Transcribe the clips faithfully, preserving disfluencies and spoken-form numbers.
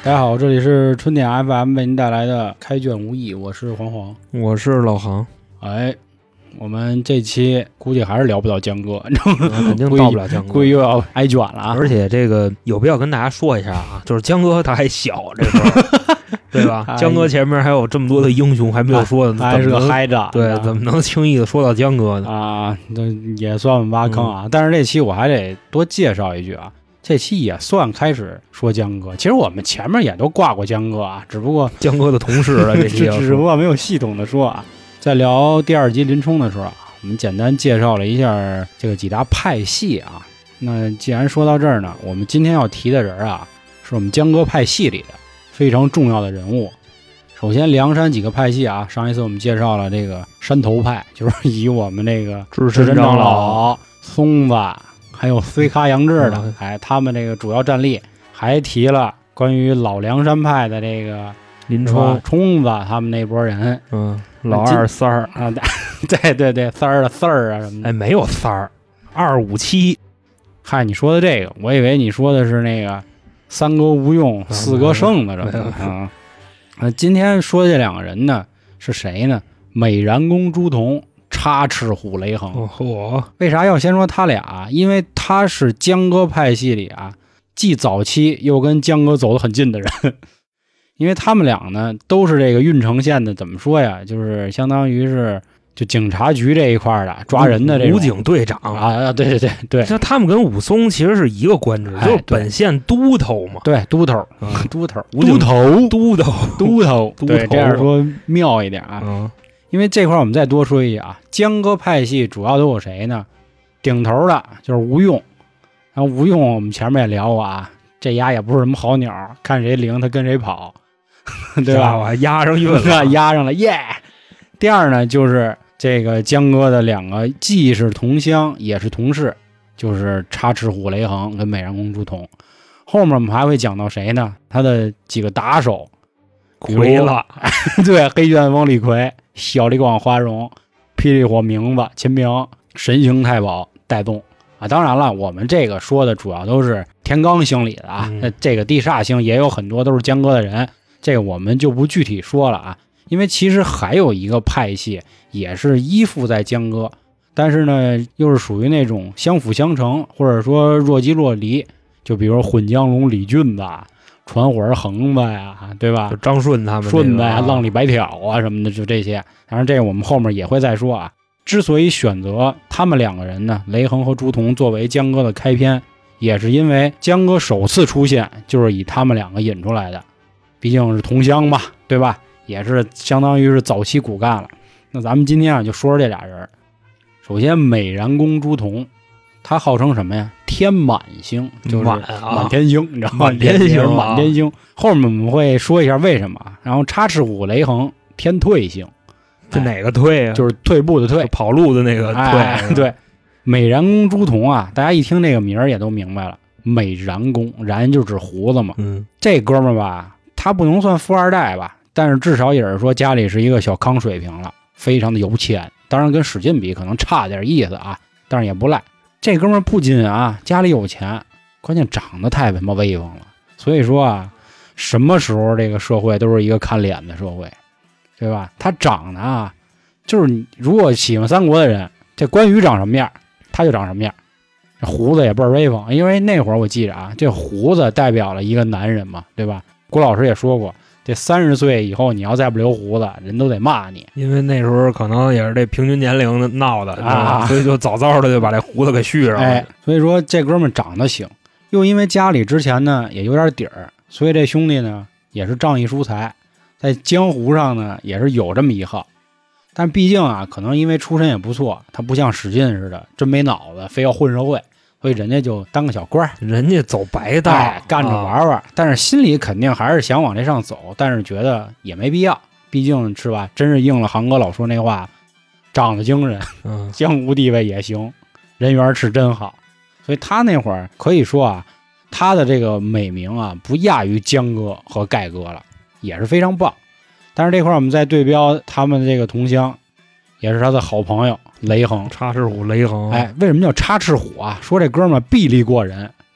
大家好，这里是春点 F M 为您带来的开卷无益，我是黄黄， 我是老航。 哎，我们这期估计还是聊不到江哥， 肯定到不了江哥， 估计又要挨卷了啊！ 而且这个有必要跟大家说一下啊，就是江哥他还小，这时候对吧？ 哎、 江哥前面还有这么多的英雄还没有说呢， 他还是个嗨着， 对，怎么能轻易的说到江哥呢？ 啊，那也算挖坑啊！嗯、但是这期我还得多介绍一句啊。这期也算开始说江哥，其实我们前面也都挂过江哥啊，只不过江哥的同事了，这期只不过没有系统的说啊。在聊第二集林冲的时候啊，我们简单介绍了一下这个几大派系啊。那既然说到这儿呢，我们今天要提的人啊，是我们江哥派系里的非常重要的人物。首先，梁山几个派系啊，上一次我们介绍了这个山头派，就是以我们那个智深长老、 松子。还有飞咖杨志的，嗯、哎，他们这个主要战力，还提了关于老梁山派的这个林冲、 冲子他们那波人， 嗯，老二三儿啊，对对对，三儿的四儿啊什么的， 哎，没有三儿，二五七， 嗨，你说的这个，我以为你说的是那个三哥吴用、嗯、四哥胜的这个啊。啊，今天说这两个人呢是谁呢？美髯公朱仝。插翅虎雷横， 哦、 为啥要先说他俩？因为他是江哥派系里啊，既早期又跟江哥走得很近的人。因为他们俩呢，都是这个郓城县的，怎么说呀？就是相当于是就警察局这一块的抓人的这种武警队长啊，对对对对。 那他们跟武松其实是一个官职， 哎、 就是本县都头嘛。 对，都头， 嗯、 都头， 都头， 都头，都头，对，这样说妙一点啊。 嗯， 因为这块我们再多说一句啊，江哥派系主要都有谁呢？顶头的就是吴用，然后吴用我们前面也聊过啊，这丫也不是什么好鸟，看谁灵他跟谁跑，对吧？ 我还押上运了， 押上了耶！ Yeah! 第二呢，就是这个江哥的两个既是同乡也是同事，就是插翅虎雷横跟美髯公朱仝。后面我们还会讲到谁呢？他的几个打手， 魁了， 对，黑旋风李逵。小李广花荣、霹雳火名字秦明、神行太保戴宗啊，当然了，我们这个说的主要都是天罡星里的啊，那、嗯、这个地煞星也有很多都是江哥的人，这个我们就不具体说了啊，因为其实还有一个派系也是依附在江哥，但是呢又是属于那种相辅相成，或者说若即若离，就比如混江龙李俊吧。传火横子呀，对吧？ 就张顺他们、 顺子呀、浪里白条啊什么的，就这些。当然，这个我们后面也会再说啊。之所以选择他们两个人呢，雷横和朱仝作为江哥的开篇，也是因为江哥首次出现就是以他们两个引出来的，毕竟是同乡嘛，对吧？也是相当于是早期骨干了。那咱们今天啊就说说这俩人。首先，美髯公朱仝。他号称什么呀？天满星，就是满天星，你知道吗？ 满天星， 满天星。后面我们会说一下为什么。然后插翅虎雷横，天退星， 这哪个退啊？ 就是退步的退， 跑路的那个退。 哎、对，美髯公朱仝啊，大家一听这个名儿也都明白了，美髯公，髯就指胡子嘛。 嗯， 这哥们儿吧，他不能算富二代吧，但是至少也是说家里是一个小康水平了，非常的有钱。当然跟史进比可能差点意思啊，但是也不赖。这哥们儿不仅啊家里有钱，关键长得太他妈威风了。所以说啊，什么时候这个社会都是一个看脸的社会，对吧？他长得啊，就是你如果喜欢三国的人，这关羽长什么样，他就长什么样。这胡子也倍儿威风，因为那会儿我记着啊，这胡子代表了一个男人嘛，对吧？郭老师也说过。这三十岁以后，你要再不留胡子，人都得骂你。 因为那时候可能也是这平均年龄的闹的啊，所以就早早的就把这胡子给续上了。 哎，所以说这哥们长得行，又因为家里之前呢也有点底儿，所以这兄弟呢也是仗义疏财，在江湖上呢也是有这么一号。但毕竟啊，可能因为出身也不错，他不像史进似的真没脑子，非要混社会。所以人家就当个小官， 人家走白道、 哎、干着玩玩、啊，但是心里肯定还是想往这上走，但是觉得也没必要，毕竟是吧？真是应了航哥老说那话，长得精神， 嗯， 江湖地位也行，人缘是真好。所以他那会儿可以说啊，他的这个美名啊，不亚于江哥和盖哥了，也是非常棒。但是这块我们再对标他们的这个同乡，也是他的好朋友雷横， 插翅虎雷横。 哎，为什么叫插翅虎啊？说这哥们儿臂力过人，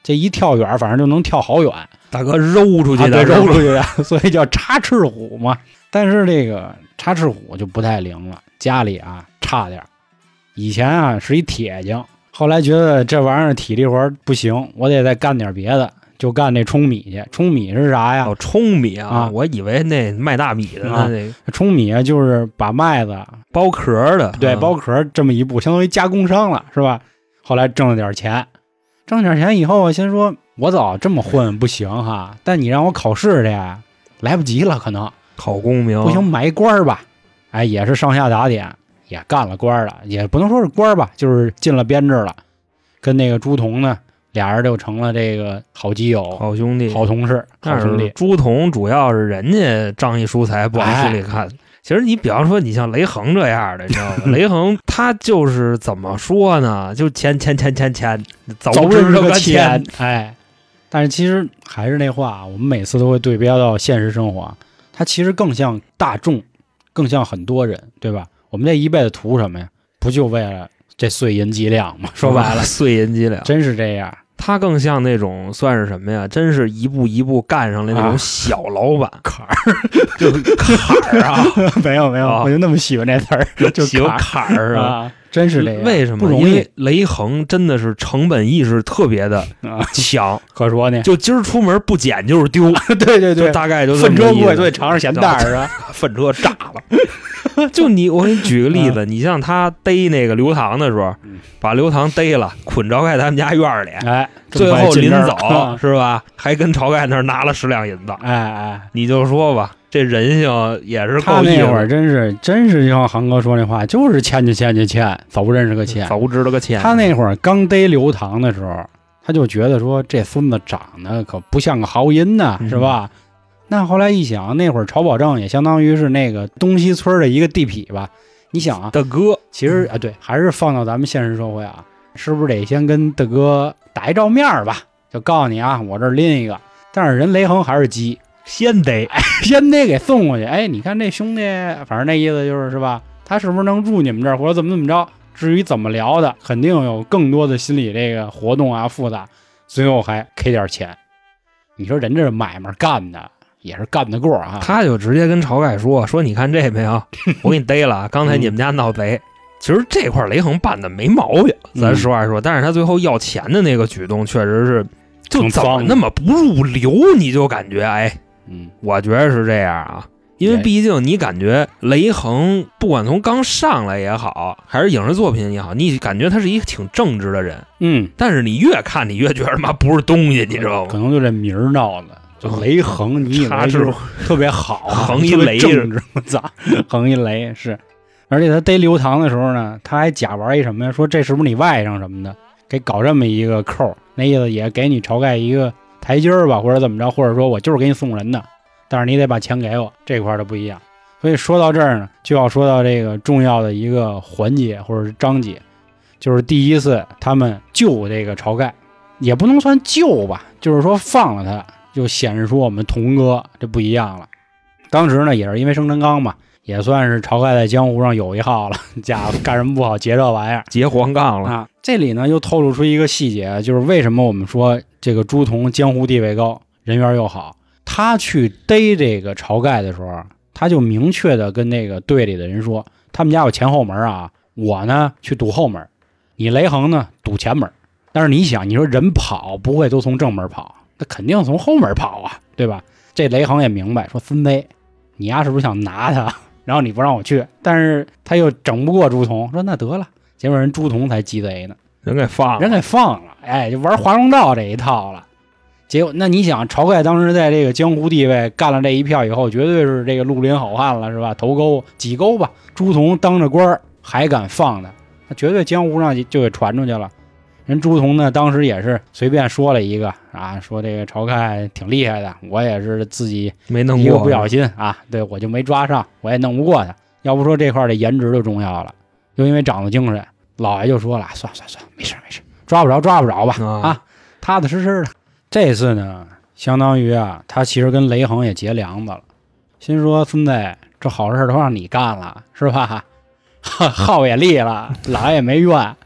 这一跳远反正就能跳好远， 大哥揉出去的， 啊、对，揉出去的，所以叫插翅虎嘛。但是这个插翅虎就不太灵了，家里啊差点。以前啊是一铁匠，后来觉得这玩意儿体力活不行，我得再干点别的，就干这舂米去。舂米是啥呀？ 哦，舂米啊， 啊我以为那卖大米的呢。 啊、 那舂米啊，就是把麦子剥壳的， 对， 啊、 剥壳这么一步，相当于加工商了，是吧？后来挣了点钱，挣点钱以后，我先说，我早这么混不行哈，但你让我考试去，来不及了，可能考功名不行，买一官吧。哎，也是上下打点，也干了官了，也不能说是官吧，就是进了编制了，跟那个朱仝呢，俩人就成了这个好基友、 好兄弟、 好同事、好兄弟。 朱仝主要是人家仗义疏财，不往心里看。哎，其实你比方说你像雷横这样的，你知道吗？雷横他就是怎么说呢？就钱钱钱钱钱，早知道个钱。 哎，但是其实还是那话，我们每次都会对标到现实生活，它其实更像大众，更像很多人，对吧？我们这一辈子图什么呀？不就为了这碎银几两吗？说白了， 碎银几两， 真是这样。 他更像那种算是什么呀？真是一步一步干上来那种小老板， 啊、坎儿就是坎儿啊！ 没有没有、哦，我就那么喜欢这词儿，就喜欢坎儿啊！ 真是这样。 为什么？ 不容易。 因为雷横真的是成本意识特别的强， 啊、可说呢。 就今儿出门不捡就是丢。 对对对， 就大概就粪车不会对尝着咸蛋儿啊， 粪车炸了。就你，我给你举个例子，你像他逮那个刘唐的时候，把刘唐逮了，捆晁盖他们家院里， 哎， 最后临走是吧？还跟晁盖那儿拿了十两银子， 哎哎， 你就说吧，这人性也是够意思。 他那会儿真是真是像航哥说那话，就是欠就欠就欠，早不认识个欠， 早不知道个欠。 他那会儿刚逮刘唐的时候，他就觉得说这孙子长得可不像个豪银呐， 嗯、 是吧？那后来一想，那会儿曹保正也相当于是那个东西村的一个地痞吧？你想啊， 大哥， 其实啊，对，还是放到咱们现实社会啊，是不是得先跟大哥打一照面吧？就告诉你啊，我这儿拎一个。但是人雷横还是急， 先得、 哎、先得给送过去。哎，你看这兄弟，反正那意思就是是吧？他是不是能入你们这儿，或者怎么怎么着？至于怎么聊的，肯定有更多的心理这个活动啊，复杂。最后还 K 点钱，你说人这买卖干的。也是干得过啊！ 他就直接跟晁盖说：“说你看这没有，我给你逮了。刚才你们家闹贼，嗯、其实这块雷横办的没毛病，咱实话说。嗯、但是他最后要钱的那个举动，确实是就怎么那么不入流，你就感觉哎， 嗯， 我觉得是这样啊。因为毕竟你感觉雷横不管从刚上来也好，还是影视作品也好，你感觉他是一个挺正直的人， 嗯。但是你越看你越觉得妈不是东西，你知道吗？ 可能就这名儿闹的。”就雷横，你以为是特别好、啊， 横一雷正直，我操，横一雷是。而且他逮刘唐的时候呢，他还假玩一什么呀？说这是不是你外甥什么的，给搞这么一个扣，那意思也给你晁盖一个台阶儿吧，或者怎么着，或者说我就是给你送人的，但是你得把钱给我，这块的不一样。所以说到这儿呢，就要说到这个重要的一个环节或者是章节，就是第一次他们救这个晁盖，也不能算救吧，就是说放了他。就显示出我们童哥这不一样了。当时呢，也是因为生辰纲嘛，也算是晁盖在江湖上有一号了。家伙干什么不好，结这玩意儿， 结黄杠了啊！这里呢又透露出一个细节，就是为什么我们说这个朱仝江湖地位高，人缘又好。他去逮这个晁盖的时候，他就明确的跟那个队里的人说，他们家有前后门啊，我呢去堵后门，你雷横呢堵前门。但是你想，你说人跑不会都从正门跑。他肯定从后门跑啊，对吧？这雷横也明白，说孙子，你丫是不是想拿他？然后你不让我去，但是他又整不过朱仝，说那得了。结果人朱仝才鸡贼呢， 人给放了， 人给放了，哎，就玩华容道这一套了。结果那你想，晁盖当时在这个江湖地位干了这一票以后，绝对是这个绿林好汉了，是吧？头钩几钩吧，朱仝当着官还敢放他，那绝对江湖上就给传出去了。人朱仝呢，当时也是随便说了一个啊，说这个晁盖挺厉害的，我也是自己没弄过， 一个不小心啊，对我就没抓上，我也弄不过他。要不说这块的颜值就重要了，就因为长得精神，老爷就说了，算算算，没事没事，抓不着抓不着吧，啊，啊踏踏实实的。这次呢，相当于啊，他其实跟雷横也结梁子了，心说孙子，这好事都让你干了，是吧？号也立了，老爷也没怨。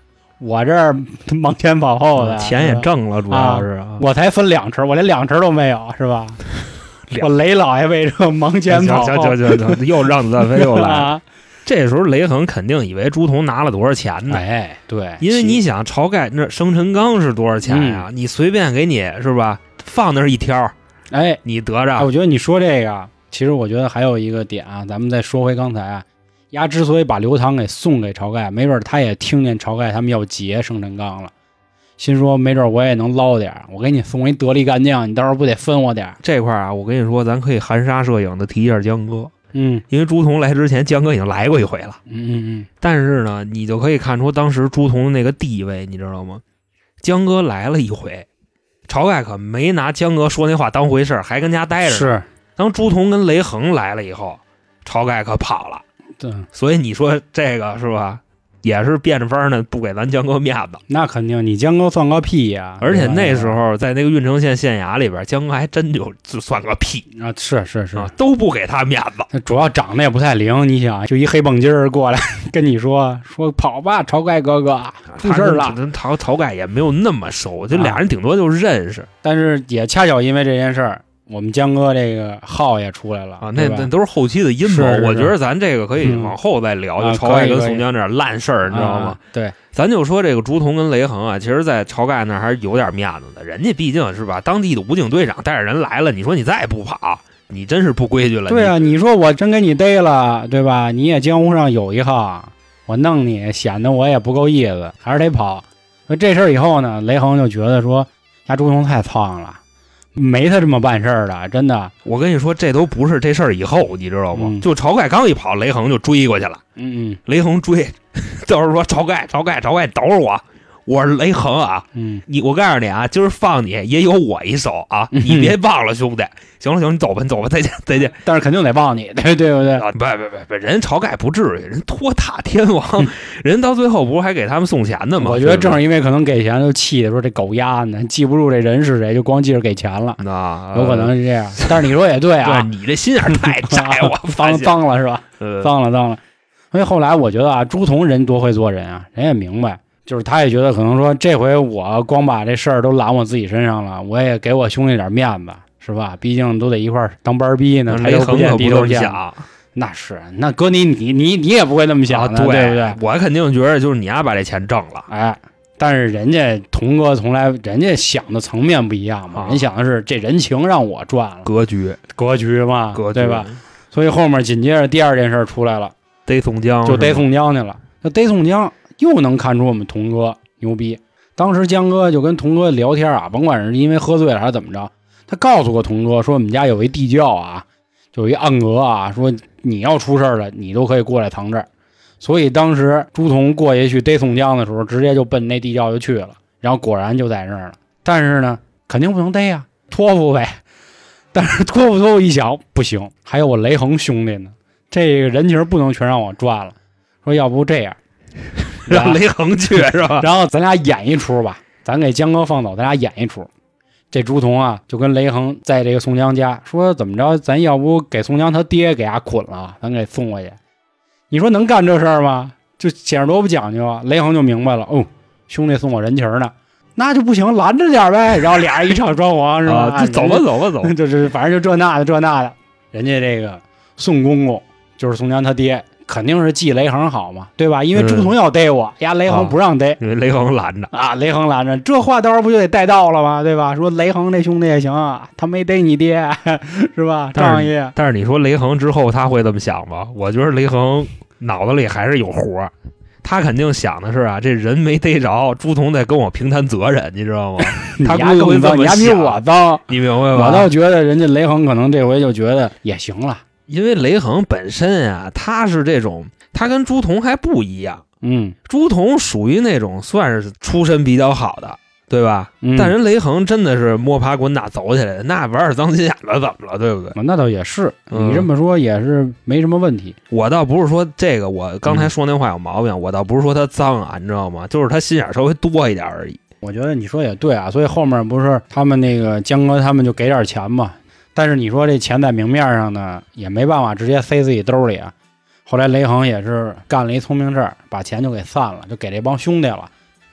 我这儿忙前跑后的， 钱也挣了，主要是、啊、 我才分两池，我连两池都没有，是吧？我雷老爷为这忙前跑后， 行行行行，又让子弹飞又来。啊、这时候雷横肯定以为朱仝拿了多少钱呢？ 哎，对， 因为你想晁盖那生辰纲是多少钱呀、嗯？你随便给你是吧？放那儿一条， 哎， 你得着、 哎。我觉得你说这个，其实我觉得还有一个点啊，咱们再说回刚才啊。丫之所以把刘唐给送给晁盖，没准他也听见晁盖他们要劫生辰纲了，心说没准我也能捞点，我给你送一得力干将，你到时候不得分我点？ 这块啊，我跟你说，咱可以含沙射影的提一下江哥， 嗯， 因为朱仝来之前，江哥已经来过一回了， 嗯嗯嗯， 但是呢，你就可以看出当时朱仝的那个地位，你知道吗？江哥来了一回，晁盖可没拿江哥说那话当回事，还跟家待着。 是， 当朱仝跟雷横来了以后，晁盖可跑了。 对， 所以你说这个是吧，也是变着法儿呢，不给咱江哥面子。 那肯定，你江哥算个屁呀！ 而且那时候在那个郓城县县衙里边，江哥还真就就算个屁啊！是是是、 啊，都不给他面子。 主要长得也不太灵，你想，就一黑蹦筋儿过来跟你说说跑吧，晁盖哥哥，出事了。 跟晁晁盖也没有那么熟，就俩人顶多就认识。啊、 但是也恰巧因为这件事儿。我们江哥这个号也出来了啊，那那都是后期的阴谋。我觉得咱这个可以往后再聊， 嗯、 就晁盖跟宋江这点烂事儿，你知道吗、 啊？对， 咱就说这个朱仝跟雷横啊，其实，在晁盖那儿还是有点面子的。人家毕竟是吧，当地的武警队长带着人来了，你说你再不跑，你真是不规矩了。 对啊，你, 你说我真给你逮了，对吧？你也江湖上有一号，我弄你，显得我也不够意思，还是得跑。那这事儿以后呢，雷横就觉得说，家朱仝太苍了。没他这么办事儿的，真的。 我跟你说，这都不是这事儿以后，你知道吗？ 嗯、 就晁盖刚一跑，雷横就追过去了。 嗯嗯， 雷横追，就是说晁盖，晁盖，晁盖，等会儿我，我是雷横啊。 嗯， 你我告诉你啊，今儿放你也有我一手啊， 嗯、 你别忘了，兄弟。行了行了，你走吧，你走吧，再见再见。 但是肯定得帮你，对对不对？ 啊，不不不不，人晁盖不至于，人托塔天王，嗯、人到最后不是还给他们送钱的吗？ 我觉得正是因为可能给钱，就气的说这狗丫呢，记不住这人是谁，就光记着给钱了。 那有可能是这样。但是你说也对啊， 对你这心眼太窄，我脏脏了是吧？脏了脏了。所以后来我觉得啊，朱仝人多会做人啊，人也明白。就是他也觉得可能说这回我光把这事儿都揽我自己身上了，我也给我兄弟点面子，是吧？毕竟都得一块儿当班逼呢，抬头不见低头见。那是，那哥你你你你也不会那么想的， 啊、对, 对不对？ 我肯定觉得就是你丫把这钱挣了， 哎，但是人家童哥从来人家想的层面不一样嘛，啊、人想的是这人情让我赚了， 格局格局嘛， 格局对吧？所以后面紧接着第二件事出来了， 逮宋江就逮宋江去了。那逮宋江又能看出我们童哥牛逼。当时江哥就跟童哥聊天啊，甭管是因为喝醉了还是怎么着，他告诉过童哥说我们家有一地窖啊，就有一暗格啊，说你要出事了，你都可以过来藏这儿。所以当时朱仝过去去逮宋江的时候，直接就奔那地窖就去了，然后果然就在那儿了。但是呢，肯定不能逮呀，托付呗。但是托付托付一想，不行，还有我雷横兄弟呢，这个人情不能全让我赚了。说要不这样。 让雷横去是吧？ 然后咱俩演一出吧，咱给江哥放走，咱俩演一出。这朱仝啊，就跟雷横在这个宋江家说，怎么着，咱要不给宋江他爹给他捆了，咱给送过去。你说能干这事儿吗？就显着多不讲究啊！雷横就明白了，哦，兄弟送我人情呢，那就不行，拦着点呗。然后俩人一场装潢是吧？ 啊、走吧走吧走吧， 就是反正就这那的这那的。人家这个宋公公就是宋江他爹。肯定是记雷横好嘛，对吧？因为朱仝要逮我，呀、嗯，雷横不让逮， 因为雷横拦着啊，雷横拦着，这话到时候不就得带到了吗？对吧？说雷横这兄弟也行啊，他没逮你爹，是吧？仗义。 但是你说雷横之后他会这么想吗？我觉得雷横脑子里还是有活，他肯定想的是啊，这人没逮着，朱仝在跟我平摊责任，你知道吗？他估计会这么想，你比我脏， 你明白吧？ 我倒觉得人家雷横可能这回就觉得也行了。 因为雷横本身啊，他是这种，他跟朱仝还不一样。 嗯， 朱仝属于那种算是出身比较好的，对吧？ 嗯、 但人雷横真的是摸爬滚打走起来的，那玩点脏心眼子怎么了，对不对？ 那倒也是， 嗯、 你这么说也是没什么问题。 我倒不是说这个，我刚才说那话有毛病，嗯、我倒不是说他脏啊，你知道吗？就是他心眼稍微多一点而已。 我觉得你说也对啊，所以后面不是他们那个江哥他们就给点钱嘛。但是你说这钱在明面上呢，也没办法直接塞自己兜里啊。后来雷横也是干了一聪明事儿，把钱就给散了，就给这帮兄弟了。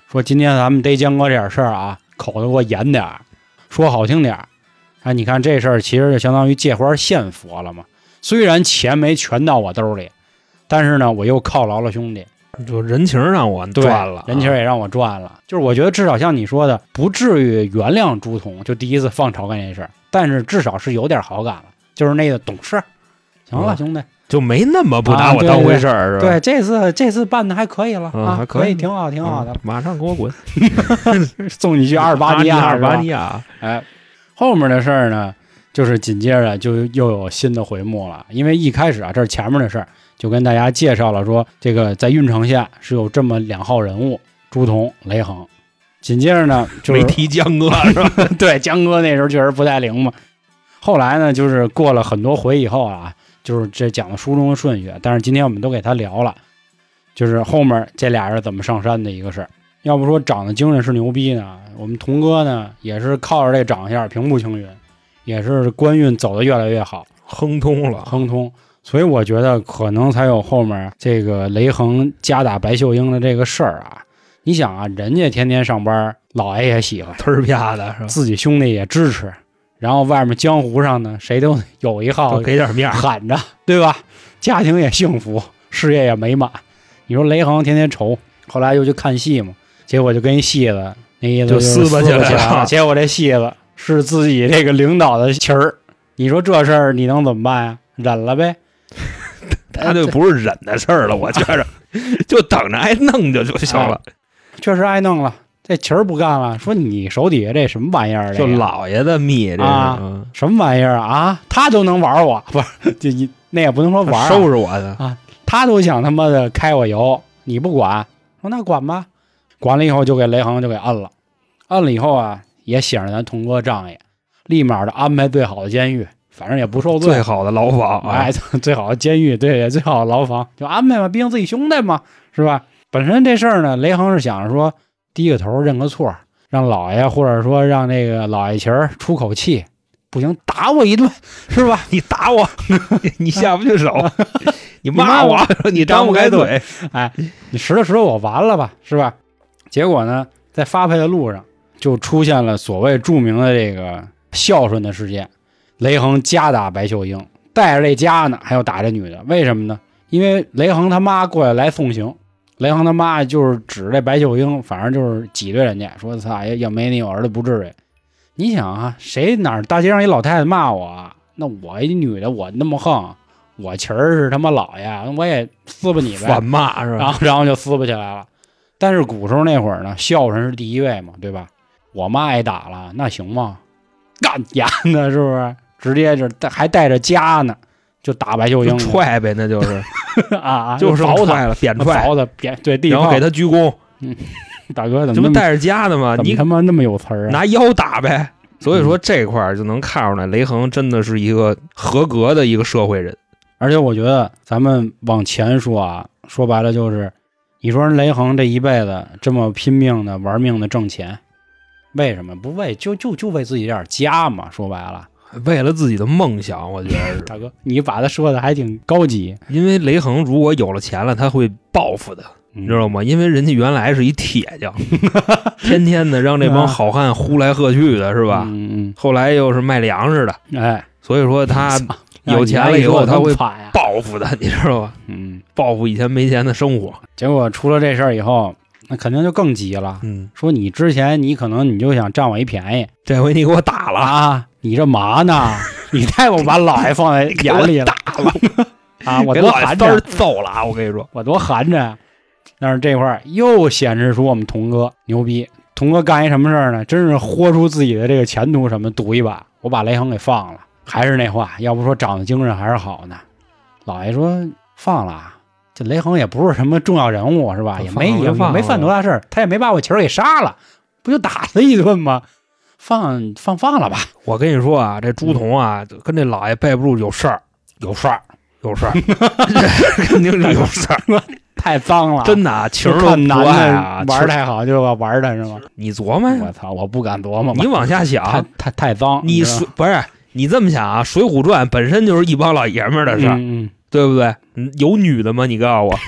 说今天咱们逮江哥这点事儿啊，口子给我严点儿，说好听点儿，啊，你看这事儿其实就相当于借花献佛了嘛。虽然钱没全到我兜里，但是呢，我又犒劳了兄弟， 就人情让我赚了， 人情也让我赚了。就是我觉得至少像你说的，不至于原谅朱仝就第一次放晁盖那事儿，但是至少是有点好感了，就是那个懂事。行了，嗯、兄弟， 就没那么不拿我当回事儿、啊，是吧？ 对，这次这次办的还可以了、 嗯、 啊， 还可以， 挺好，挺好的。嗯、 马上给我滚， 送你去阿尔巴尼亚， 阿尔巴尼亚。 哎，后面的事儿呢，就是紧接着就又有新的回目了，因为一开始啊，这是前面的事儿，就跟大家介绍了说，这个在郓城县是有这么两号人物，朱仝、雷横。紧接着呢，就是没提江哥是吧？ 对，江哥那时候确实不太灵嘛。后来呢，就是过了很多回以后啊。就是这讲的书中的顺序，但是今天我们都给他聊了，就是后面这俩人怎么上山的一个事儿。要不说长得精神是牛逼呢，我们童哥呢也是靠着这长相平步青云，也是官运走得越来越好， 亨通了， 亨通。所以我觉得可能才有后面这个雷横夹打白秀英的这个事儿啊。你想啊，人家天天上班，老爷也喜欢， 忒儿啪的是吧？ 自己兄弟也支持。然后外面江湖上呢，谁都有一号， 给点面喊着，对吧？家庭也幸福，事业也美满。你说雷横天天愁，后来又去看戏嘛，结果就跟一戏子那意思就撕巴起来了。结果这戏子是自己这个领导的旗儿，你说这事儿你能怎么办呀？忍了呗。 他就不是忍的事儿了，我觉着，就等着挨弄就就行了。 哎、确实挨弄了。这旗儿不干了，说你手底下这什么玩意儿？ 就老爷的蜜这啊、 嗯， 什么玩意儿啊？他都能玩我，不是？就那也不能说玩、啊， 收拾我的啊！他都想他妈的开我油，你不管，说那管吧。管了以后就给雷横就给摁了，摁了以后啊，也显着咱童哥仗义，立马的安排最好的监狱，反正也不受罪， 最好的牢房， 哎，最好的监狱，对，也最好的牢房，就安排嘛，毕竟自己兄弟嘛，是吧？本身这事儿呢，雷横是想着说。低个头认个错，让老爷或者说让那个老爷旗儿出口气，不行打我一顿，是吧？ 你打我，你下不去手，你骂我，你张不开嘴， 哎，你拾掇拾掇我完了吧，是吧？结果呢，在发配的路上就出现了所谓著名的这个孝顺的事件，雷横夹打白秀英，带着这家呢还要打这女的，为什么呢？因为雷横他妈过来来送行。雷横他妈就是指这白秀英，反正就是挤兑人家，说操，要没你有儿子不至于。你想啊，谁哪儿大街上一老太太骂我，那我一女的我那么横，我旗儿是他妈老爷，我也撕巴你呗， 反骂是吧？ 然后然后就撕巴起来了。但是古时候那会儿呢，孝顺是第一位嘛，对吧？我妈挨打了，那行吗？干严的，是不是？直接就还带着家呢。就打白秀英踹呗，那就是啊， 就是踹了，扁踹， 凿的扁对地， 然后给他鞠躬。 嗯，大哥怎么这不带着家的吗？你他妈那么有词儿啊？ 拿腰打呗。所以说这块儿就能看出来，雷横真的是一个合格的一个社会人。 而且我觉得咱们往前说啊，说白了就是，你说人雷横这一辈子这么拼命的玩命的挣钱，为什么不为就就就为自己点家嘛？说白了。 为了自己的梦想，我觉得是大哥，你把他说的还挺高级。 因为雷横如果有了钱了，他会报复的， 你知道吗？因为人家原来是一铁匠，天天的让这帮好汉呼来喝去的，是吧？ 嗯嗯。 后来又是卖粮食的， 哎， 所以说他有钱了以后，他会报复的，你知道吧？ 嗯， 报复以前没钱的生活。 结果出了这事儿以后。那肯定就更急了， 嗯， 说你之前你可能你就想占我一便宜， 这回你给我打了啊！你这嘛呢？你太不把老爷放在眼里了， 打了啊！我多寒碜， 揍了啊！我跟你说， 我多寒碜。但是这块儿又显示出我们童哥牛逼，童哥干一什么事儿呢？真是豁出自己的这个前途什么赌一把，我把雷横给放了。还是那话，要不说长得精神还是好呢。老爷说放了。这雷横也不是什么重要人物是吧？也没也没犯多大事儿，他也没把我旗儿给杀了，不就打他一顿吗？放放放了吧。 我跟你说啊，这朱仝啊，嗯、跟这老爷背不住有事儿，有事儿，有事儿，肯定是有事儿。 太脏了， 真的啊，情儿男的玩太好就要玩他是吗？ 你琢磨， 我操，我不敢琢磨。 你往下想， 太太太脏。 你水不是你这么想啊？《水浒传》本身就是一帮老爷们儿的事儿。 嗯嗯对不对？有女的吗？你告诉我，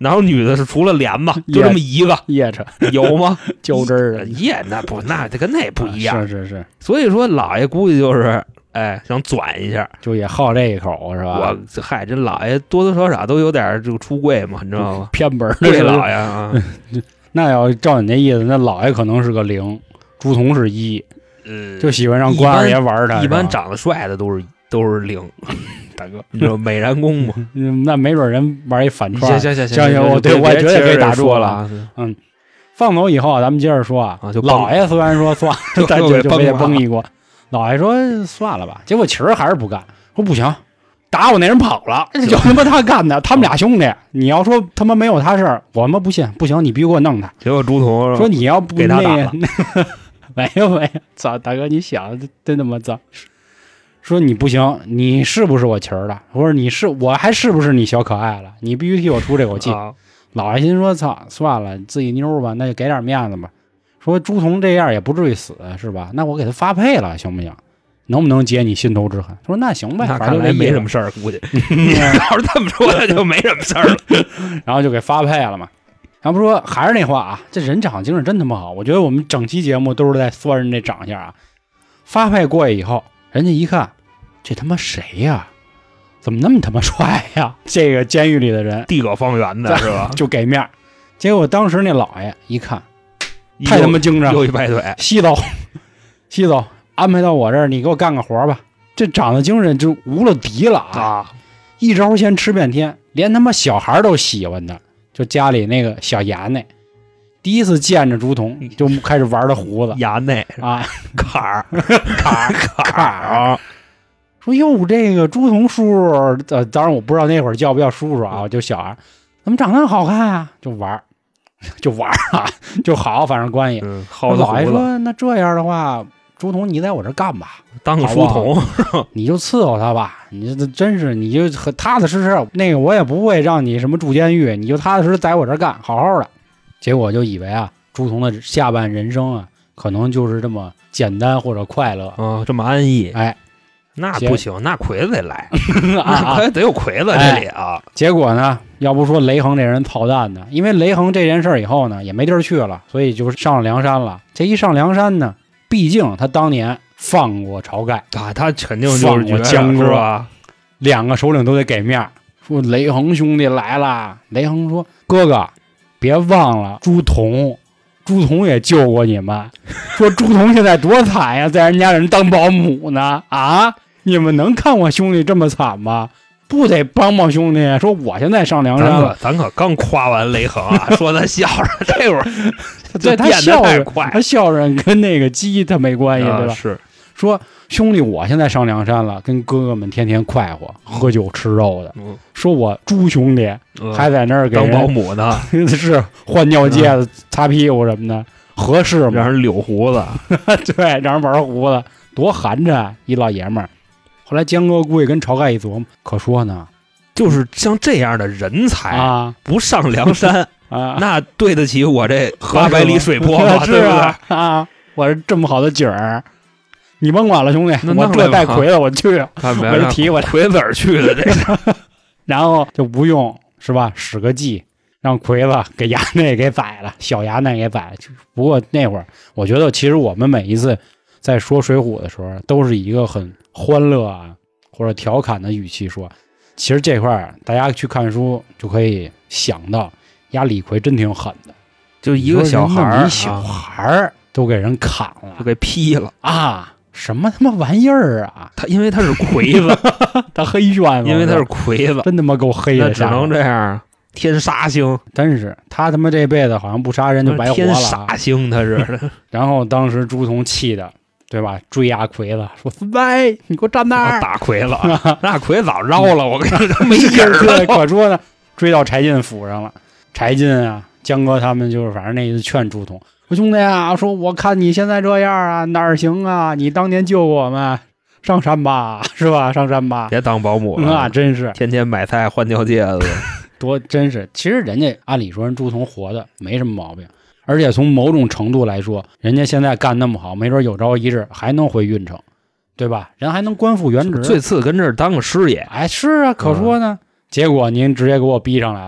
然后女的是除了脸吧，就这么一个， 掖着有吗？ 揪汁儿的， 掖那不那这跟那不一样。 是是是， 所以说老爷估计就是哎想转一下， 就也好这一口是吧？ 我嗨，这老爷多多少少都有点这个出柜嘛，你知道吗？ 偏本对老爷啊， 那要照你那意思，那老爷可能是个零，朱仝是一， 嗯， 就喜欢让关二爷玩他。 一般长得帅的都是都是零。 大哥， 你知道美髯公吗？ 那没准人玩一反串。 行行行行行，我对我绝对给打住了。 嗯，放走以后，咱们接着说啊。 就老爷虽然说算，咱就就给崩一锅。老爷说算了吧，结果其实还是不干，说不行，打我那人跑了，就他妈他干的，他们俩兄弟。你要说他妈没有他事儿，我他妈不信，不行，你必须给我弄他。 结果朱仝说你要不给他打了， 没有没有，操大哥，你想真他妈脏。说你不行，你是不是我旗儿的？或者你是我还是不是你小可爱了？你必须替我出这口气。啊、老爷心说：操，算了，自己妞吧，那就给点面子吧。说朱仝这样也不至于死，是吧？那我给他发配了，行不行？能不能解你心头之恨？说那行呗，反正来没什么事儿，估计。你要是这么说，那就没什么事儿了。 然后就给发配了嘛。然后不说还是那话啊，这人长精神真他妈好。我觉得我们整期节目都是在说人这长相啊。发配过去以后。人家一看，这他妈谁呀？怎么那么他妈帅呀？这个监狱里的人， 地阁方圆的是吧？ 就给面。结果当时那老爷一看，太他妈精神了， 又一摆腿， 西走，西走，安排到我这儿，你给我干个活吧。这长得精神就无了敌了啊！啊一招鲜吃遍天，连他妈小孩都喜欢他。就家里那个小衙内。第一次见着朱仝，就开始玩他胡子， 衙内啊， 坎儿， 坎儿，坎儿啊！说哟，这个朱仝叔，呃，当然我不知道那会儿叫不叫叔叔啊，就小孩，怎么长那么好看啊？就玩，就玩啊，就好，反正关系。 嗯， 老爷说，那这样的话，朱仝你在我这干吧， 当个书童， 你就伺候他吧。你这真是，你就和踏踏实实，那个我也不会让你什么住监狱，你就踏踏实实在我这干，好好的。结果就以为啊，朱仝的下半人生啊，可能就是这么简单或者快乐， 嗯，这么安逸。 哎， 那不行，那魁子得来， 啊， 得有魁子这里啊、 哎。结果呢，要不说雷横这人操蛋呢，因为雷横这件事以后呢，也没地儿去了，所以就上了梁山了。这一上梁山呢，毕竟他当年放过晁盖啊，他肯定就是放过江哥吧， 两个首领都得给面。说雷横兄弟来了，雷横说：“哥哥。”别忘了朱仝，朱仝也救过你们。说朱仝现在多惨呀，在人家人当保姆呢啊！你们能看我兄弟这么惨吗？不得帮帮兄弟。说我现在上梁山了， 咱可刚夸完雷横啊，说他孝顺，这会儿对他孝顺，他孝顺跟那个鸡他没关系， 啊、 对吧？ 是说兄弟，我现在上梁山了，跟哥哥们天天快活，喝酒吃肉的。 嗯、 说我朱兄弟还在那儿给当保姆呢， 是换尿介子、擦屁股什么的，合适吗？ 让人留胡子， 对，让人玩胡子，多寒碜一老爷们儿。后来江哥估计跟晁盖一琢磨，可说呢， 就是像这样的人才啊， 不上梁山啊， 那对得起我这八百里水泊吗？对不对啊？我是这么好的景儿。你甭管了，兄弟，我这带魁子我去，我就提我魁子儿去的这个， 然后就不用是吧？使个计，让魁子给衙内给宰了，小衙内给宰了。不过那会儿，我觉得其实我们每一次在说《水浒》的时候，都是以一个很欢乐啊或者调侃的语气说。其实这块儿大家去看书就可以想到，呀，李逵真挺狠的， 就一个小孩儿， 一小孩儿都给人砍了， 就给劈了啊！什么他妈玩意儿啊！ 他因为他是魁子， 他黑旋， 因为他是魁子， 真他妈够黑的， 那只能这样。天杀星， 真是他他妈这辈子好像不杀人就白活了。 天杀星他是。 然后当时朱仝气的，对吧？追压魁子，说孙白，你给我站那儿！ 打魁子，那魁子早绕了，我跟你说没影了。可说呢，追到柴进府上了。柴进啊，江哥他们就是反正那意思劝朱仝。说兄弟啊，说我看你现在这样啊，哪儿行啊？你当年救过我们，上山吧，是吧？上山吧， 别当保姆了， 那、嗯、真是天天买菜换尿介子， 多真是。其实人家按理说人朱仝活的没什么毛病，而且从某种程度来说，人家现在干那么好，没准有朝一日还能回运城，对吧？人还能官复原职， 最次跟这儿当个师爷， 哎，是啊，可说呢。嗯、结果您直接给我逼上来了。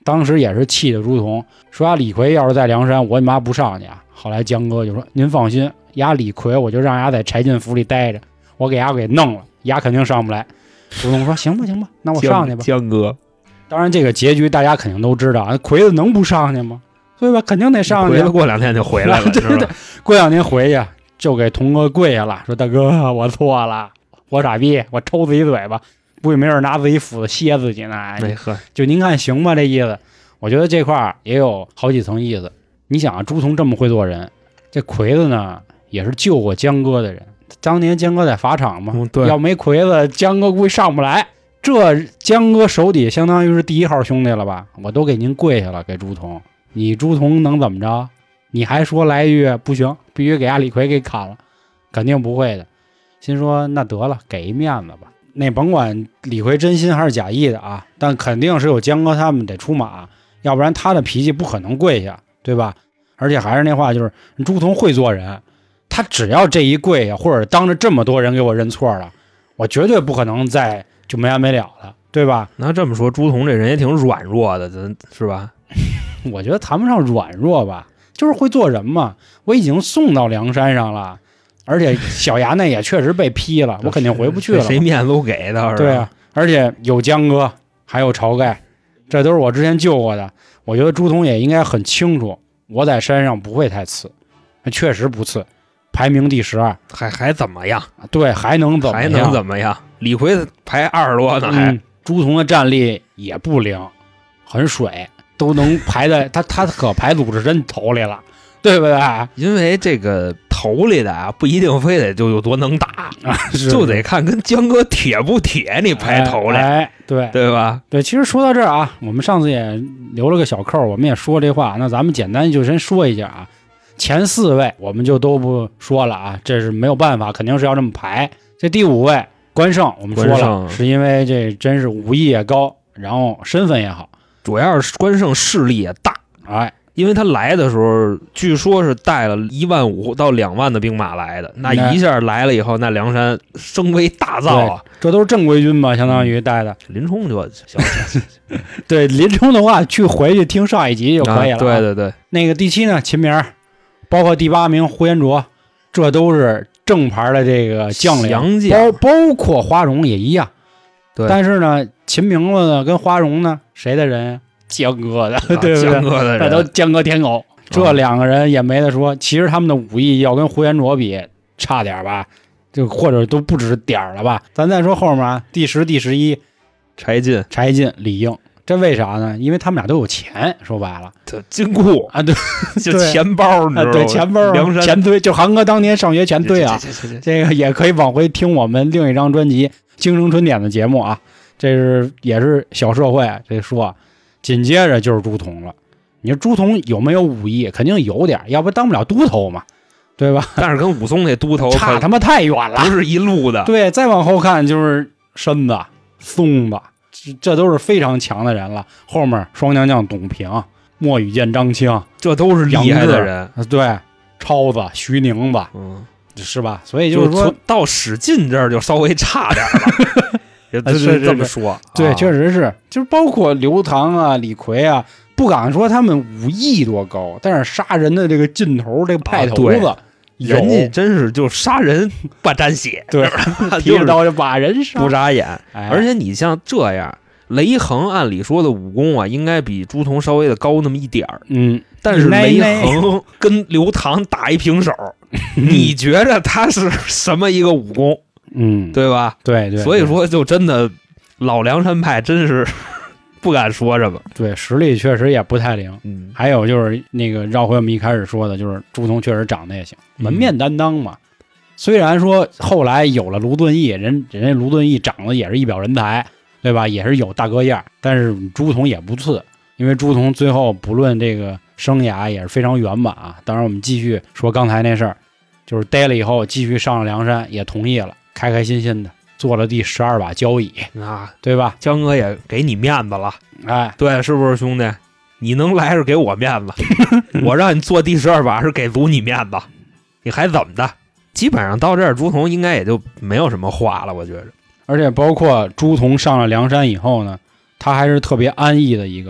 当时也是气的朱仝，说呀李逵要是在梁山，我你妈不上去啊。后来江哥就说您放心，呀李逵我就让丫在柴进府里待着，我给丫给弄了，丫肯定上不来。朱仝说行吧行吧，那我上去吧。 江哥， 当然这个结局大家肯定都知道，魁子能不上去吗？对吧？肯定得上去。 回来过两天就回来了， 对对对，过两天回去就给童哥跪下了，说大哥我错了，我傻逼，我抽自己嘴巴，不会没人拿自己斧子歇自己呢。 哎呵， 就您看行吧这意思。我觉得这块儿也有好几层意思。你想啊，朱仝这么会做人，这魁子呢也是救过江哥的人。当年江哥在法场嘛， 嗯、对， 要没魁子，江哥估计上不来。这江哥手底相当于是第一号兄弟了吧？我都给您跪下了，给朱仝，你朱仝能怎么着？你还说来一句不行，必须给阿李逵给砍了，肯定不会的。心说那得了，给一面子吧。那甭管李逵真心还是假意的啊，但肯定是有江哥他们得出马，要不然他的脾气不可能跪下，对吧？而且还是那话，就是朱仝会做人，他只要这一跪下，或者当着这么多人给我认错了，我绝对不可能再就没完没了了，对吧？ 那这么说，朱仝这人也挺软弱的，咱是吧？ 我觉得谈不上软弱吧，就是会做人嘛。我已经送到梁山上了，而且小衙内也确实被批了，我肯定回不去了。 谁面子都给的，是吧？ 对啊，而且有江哥，还有晁盖，这都是我之前救过的。我觉得朱仝也应该很清楚，我在山上不会太次，确实不次，排名第十二， 还还怎么样？ 对，还能怎么样？ 还能怎么样？李逵排二十多呢，还、 嗯、朱仝的战力也不灵，很水，都能排在他他可排鲁智深头里了，对不对？ 因为这个头里的啊，不一定非得就有多能打， 啊、 就得看跟江哥铁不铁，你排头里， 哎，哎对对吧？ 对，其实说到这儿啊，我们上次也留了个小扣，我们也说这话，那咱们简单就先说一下啊。前四位我们就都不说了啊，这是没有办法，肯定是要这么排。这第五位关胜，我们说了，是因为这真是武艺也高，然后身份也好， 主要是关胜势力也大， 哎， 因为他来的时候，据说是带了一万五到两万的兵马来的，那一下来了以后，那梁山声威大噪啊， 这都是正规军吧，相当于带的。 嗯、林冲就小对林冲的话，去回去听上一集就可以了、啊啊。对对对， 那个第七呢，秦明。包括第八名呼延灼，这都是正牌的这个将领，包包括花荣也一样。 对， 但是呢，秦明子呢跟花荣呢，谁的人？江哥的， 啊、 对不对？ 江哥的人， 那都江哥天狗，这两个人也没得说。其实他们的武艺要跟呼延灼比差点吧，就或者都不止点了吧。咱再说后面啊，第十、第十一， 柴进、 柴进、李应。这为啥呢？因为他们俩都有钱，说白了， 这金库啊，对， 就钱包，你知道吗？ 对，钱包， 梁山钱堆，就韩哥当年上学钱堆啊。这个也可以往回听我们另一张专辑《京城春典》的节目啊。这是也是小社会，这说，紧接着就是朱仝了。你说朱仝有没有武艺？肯定有点，要不当不了都头嘛，对吧？ 但是跟武松那都头差他妈太远了， 不是一路的。 对，再往后看就是身子、松子。这都是非常强的人了，后面双娘将董平、莫羽见张青， 这都是厉害的人。 对，超子、徐宁子， 嗯， 是吧？所以就是说， 就到史进这儿就稍微差点了。也是这么说， 对， 啊、 确实是，就是包括刘唐啊、李逵啊，不敢说他们武艺多高，但是杀人的这个劲头、这个派头子。 啊人家真是就杀人不沾血， 对，提着刀就把人杀， 不眨眼。 哎、 而且你像这样，雷横按理说的武功啊，应该比朱仝稍微的高那么一点儿。 嗯， 但是雷横跟刘唐打一平手，你觉着他是什么一个武功？ 嗯， 对吧？ 对 对, 对。 所以说，就真的老梁山派真是不敢说什么。 对，实力确实也不太灵。 嗯， 还有就是那个绕回我们一开始说的，就是朱仝确实长得也行，门面担当嘛。嗯、虽然说后来有了卢俊义，人人家卢俊义长得也是一表人才，对吧？也是有大哥样，但是朱仝也不次，因为朱仝最后不论这个生涯也是非常圆满啊。当然，我们继续说刚才那事儿，就是逮了以后继续上了梁山，也同意了，开开心心的。做了第十二把交椅啊， 对吧？ 江哥也给你面子了， 哎， 对，是不是兄弟？你能来是给我面子，我让你做第十二把是给足你面子，你还怎么的？基本上到这儿，朱仝应该也就没有什么话了，我觉着。 而且包括朱仝上了梁山以后呢，他还是特别安逸的一个，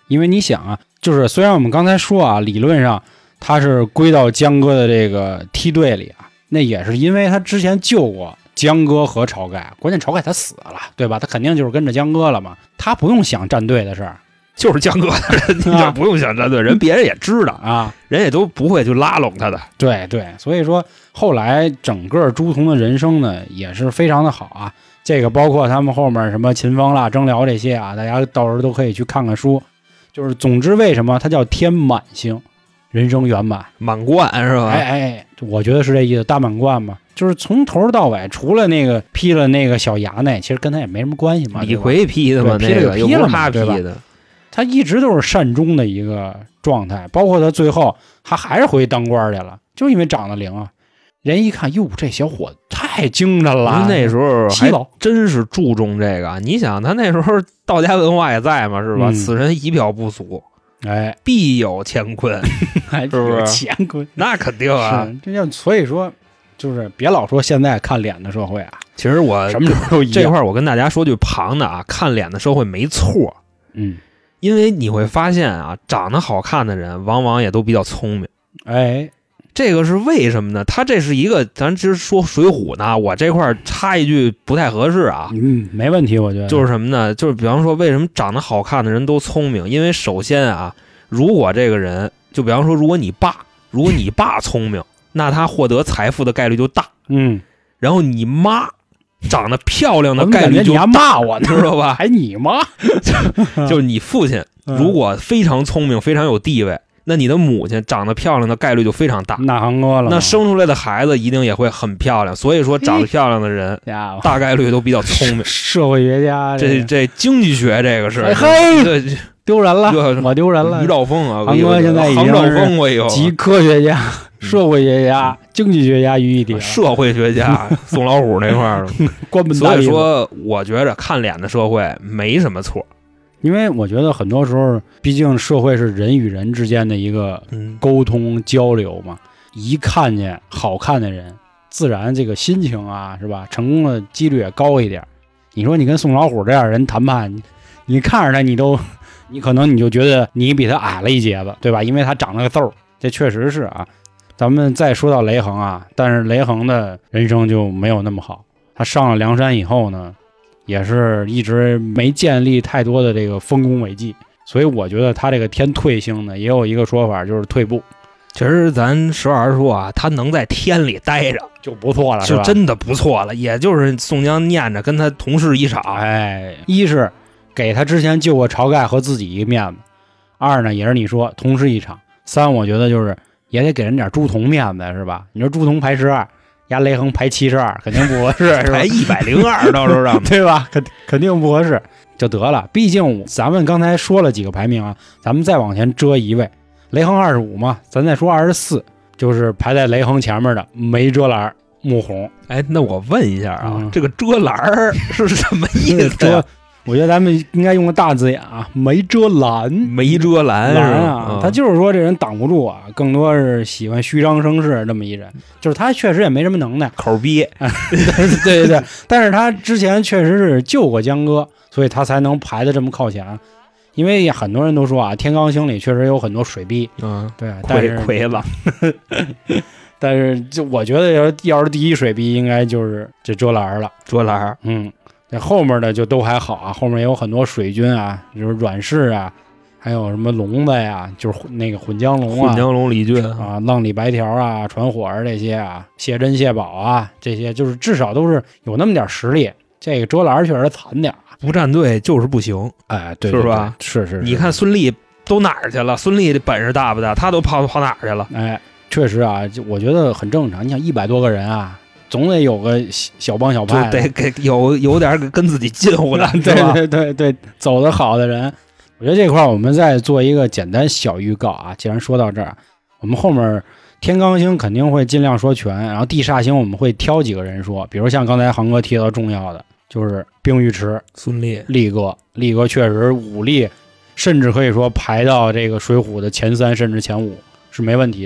因为你想啊，就是虽然我们刚才说啊，理论上他是归到江哥的这个梯队里啊，那也是因为他之前救过江哥和晁盖，关键晁盖他死了，对吧？他肯定就是跟着江哥了嘛，他不用想站队的事儿， 就是江哥的人，你就不用想站队，人别人也知道啊， 人也都不会去拉拢他的。 对对，所以说后来整个朱仝的人生呢也是非常的好啊。这个包括他们后面什么秦风啦、征辽这些啊，大家到时候都可以去看看书。就是总之，为什么它叫天满星，人生圆满满贯是吧？ 哎哎，我觉得是这意思，大满贯嘛。就是从头到尾，除了那个劈了那个小衙内，其实跟他也没什么关系嘛。 李逵劈的嘛， 劈了就劈了嘛， 对吧？他一直都是善终的一个状态，包括他最后他还是回去当官去了，就因为长得灵啊。人一看，哟，这小伙子太精神了。 那时候还真是注重这个。你想，他那时候道家文化也在嘛，是吧？嗯、此人仪表不俗， 哎， 必有乾坤， 是不是？乾坤， 那肯定啊。 这叫所以说，就是别老说现在看脸的社会啊。 其实我什么时候都一样。 这块我跟大家说句旁的啊，看脸的社会没错。 嗯， 因为你会发现啊，长得好看的人往往也都比较聪明。 哎。 这个是为什么呢？他这是一个，咱其实说水浒呢，我这块插一句不太合适啊。 嗯，没问题，我觉得就是什么呢？就是比方说，为什么长得好看的人都聪明？因为首先啊，如果这个人，就比方说，如果你爸，如果你爸聪明，那他获得财富的概率就大。 嗯， 然后你妈长得漂亮的概率就大。 你还骂我， 知道吧？ 还你妈， 就是你父亲如果非常聪明，非常有地位。那你的母亲长得漂亮的概率就非常大， 那行哥了。 那生出来的孩子一定也会很漂亮，所以说长得漂亮的人大概率都比较聪明。 社会学家， 这这经济学这个是， 嘿，丢人了，我丢人了。 于兆峰啊， 行哥现在已经是集科学家、社会学家、经济学家于一体。 社会学家宋老虎那块儿的， 关门。 所以说，我觉着看脸的社会没什么错。 因为我觉得很多时候，毕竟社会是人与人之间的一个沟通交流嘛，一看见好看的人，自然这个心情啊，是吧？成功的几率也高一点。你说你跟宋老虎这样人谈判，你, 你看着他，你都，你可能你就觉得你比他矮了一截子，对吧？因为他长了个痘，这确实是啊。咱们再说到雷横啊，但是雷横的人生就没有那么好。他上了梁山以后呢，也是一直没建立太多的这个丰功伟绩，所以我觉得他这个天退星呢，也有一个说法就是退步。 其实咱实话实说啊，他能在天里待着就不错了， 就真的不错了。也就是宋江念着跟他同事一场， 哎，一是给他之前救过晁盖和自己一个面子，二呢也是你说同事一场，三我觉得就是也得给人点朱仝面子，是吧？你说朱仝排十二。压雷横排七十二，肯定不合适， 排一百零二，到时候让对吧？肯肯定不合适，就得了。毕竟咱们刚才说了几个排名啊，咱们再往前遮一位，雷横二十五嘛，咱再说二十四，就是排在雷横前面的梅遮拦穆弘。 哎，那我问一下啊， 嗯、 这个遮拦是什么意思、啊？ 我觉得咱们应该用个大字眼啊，没遮拦， 没遮拦啊、 嗯， 他就是说这人挡不住啊，更多是喜欢虚张声势这么一人，就是他确实也没什么能耐， 口憋， 对对对，但是他之前确实是救过江哥，所以他才能排得这么靠前。因为很多人都说啊，天罡星里确实有很多水逼， 嗯， 对，但是亏了， 但是就我觉得要要是第一水逼，应该就是这遮拦了， 遮拦， 嗯。这后面的就都还好啊，后面也有很多水军啊，就是阮氏啊，还有什么龙子呀，就是那个混江龙啊， 混江龙李俊啊，浪里白条啊，传火儿这些啊，谢珍谢宝啊，这些就是至少都是有那么点实力。这个遮拦确实惨点， 不站队就是不行， 哎，对， 是吧？ 是是， 你看孙俪都哪儿去了？孙俪的本事大不大？他都跑跑哪儿去了？ 哎，确实啊，就我觉得很正常。你想一百多个人啊。总得有个小帮小派， 得给有有点跟自己近乎的， 对对对对，走得好的人。我觉得这块我们再做一个简单小预告啊。既然说到这儿，我们后面天罡星肯定会尽量说全，然后地煞星我们会挑几个人说，比如像刚才航哥提到重要的，就是冰玉池、 孙俪、 力哥，力哥确实武力甚至可以说排到这个水浒的前三甚至前五是没问题的。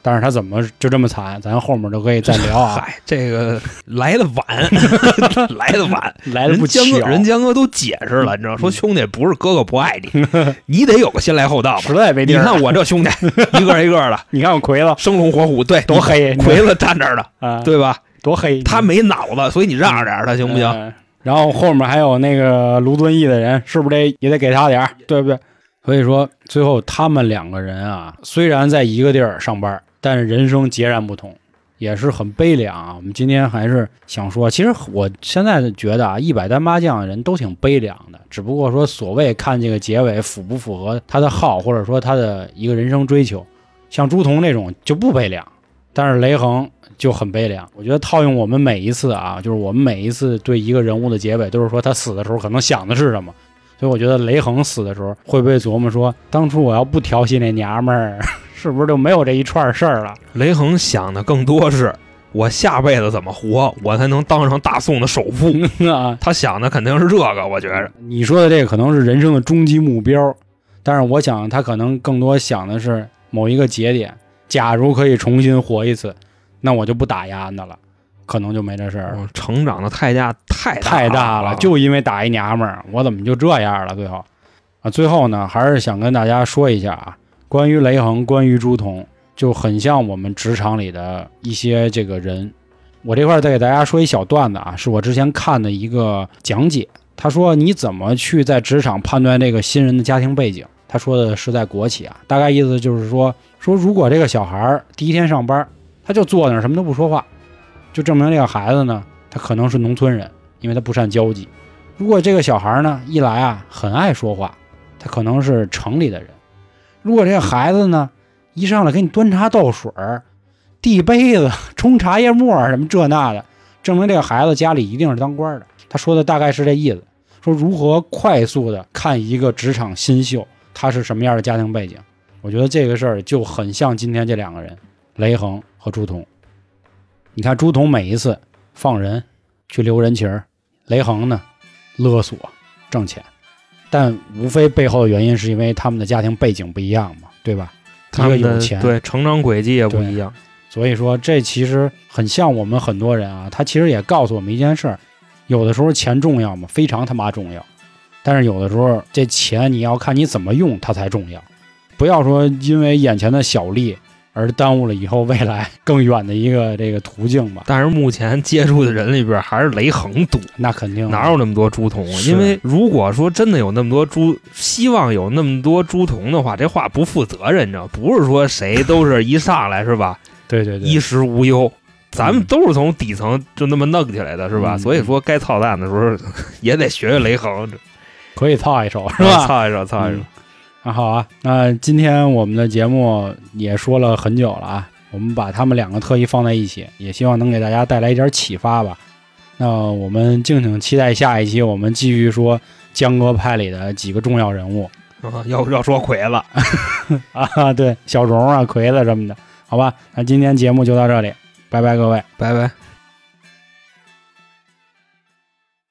但是他怎么就这么惨，咱后面都可以再聊啊。 嗨，这个来的晚，来的晚， 来的不巧。 人江哥，人江哥都解释了，你知道，说兄弟不是哥哥不爱你，你得有个先来后到吧。 实在没地儿。 你看我这兄弟，一个一个的， 你看我魁子生龙活虎，对， 多黑， 魁子站这儿的， 啊， 对吧？ 多黑， 他没脑子，所以你让着点他行不行？ 嗯、然后后面还有那个卢敦义的人，是不是得也得给他点，对不对？所以说最后他们两个人啊，虽然在一个地儿上班，但是人生截然不同，也是很悲凉啊。我们今天还是想说，其实我现在觉得啊，一百单八将的人都挺悲凉的，只不过说所谓看这个结尾符不符合他的号，或者说他的一个人生追求。像朱仝这种就不悲凉，但是雷横就很悲凉。我觉得套用我们每一次啊，就是我们每一次对一个人物的结尾，都是说他死的时候可能想的是什么。所以我觉得雷横死的时候会不会琢磨说，当初我要不调戏那娘们儿，是不是就没有这一串事儿了？ 雷横想的更多是我下辈子怎么活，我才能当上大宋的首富啊！他想的肯定是这个，我觉着。 你说的这个可能是人生的终极目标，但是我想他可能更多想的是某一个节点，假如可以重新活一次，那我就不打压的了。可能就没这事儿、 嗯，成长的代价太大太大了，就因为打一娘们儿，我怎么就这样了？最后啊，最后呢，还是想跟大家说一下啊，关于雷横，关于朱仝，就很像我们职场里的一些这个人。我这块再给大家说一小段子啊，是我之前看的一个讲解，他说你怎么去在职场判断这个新人的家庭背景？他说的是在国企啊，大概意思就是说，说如果这个小孩第一天上班，他就坐那儿什么都不说话。就证明这个孩子呢，他可能是农村人，因为他不善交际。如果这个小孩呢，一来啊很爱说话，他可能是城里的人。如果这个孩子呢，一上来给你端茶倒水、递杯子、冲茶叶沫什么这那的，证明这个孩子家里一定是当官的。他说的大概是这意思，说如何快速的看一个职场新秀，他是什么样的家庭背景。我觉得这个事儿就很像今天这两个人，雷横和朱仝。你看朱仝每一次放人去留人情，雷横呢勒索挣钱，但无非背后的原因是因为他们的家庭背景不一样嘛，对吧？ 他们一个有钱， 对成长轨迹也不一样， 所以说这其实很像我们很多人啊，他其实也告诉我们一件事儿，有的时候钱重要吗？非常他妈重要，但是有的时候这钱你要看你怎么用它才重要，不要说因为眼前的小利而耽误了以后未来更远的一个这个途径吧。 但是目前接触的人里边还是雷横多， 那肯定哪有那么多朱仝啊？因为如果说真的有那么多朱，希望有那么多朱仝的话，这话不负责任，你知道，不是说谁都是一上来是吧？ 对对对， 衣食无忧，咱们都是从底层就那么弄起来的，是吧？嗯、所以说该操蛋的时候也得学学雷横， 可以操一手是吧？ 操一手，操一手。 嗯那、啊、好啊，那今天我们的节目也说了很久了啊，我们把他们两个特意放在一起，也希望能给大家带来一点启发吧。那我们敬请期待下一期，我们继续说江歌派里的几个重要人物。 啊、要要说魁了啊，对，小荣啊、魁子什么的，好吧。那今天节目就到这里，拜拜各位， 拜拜。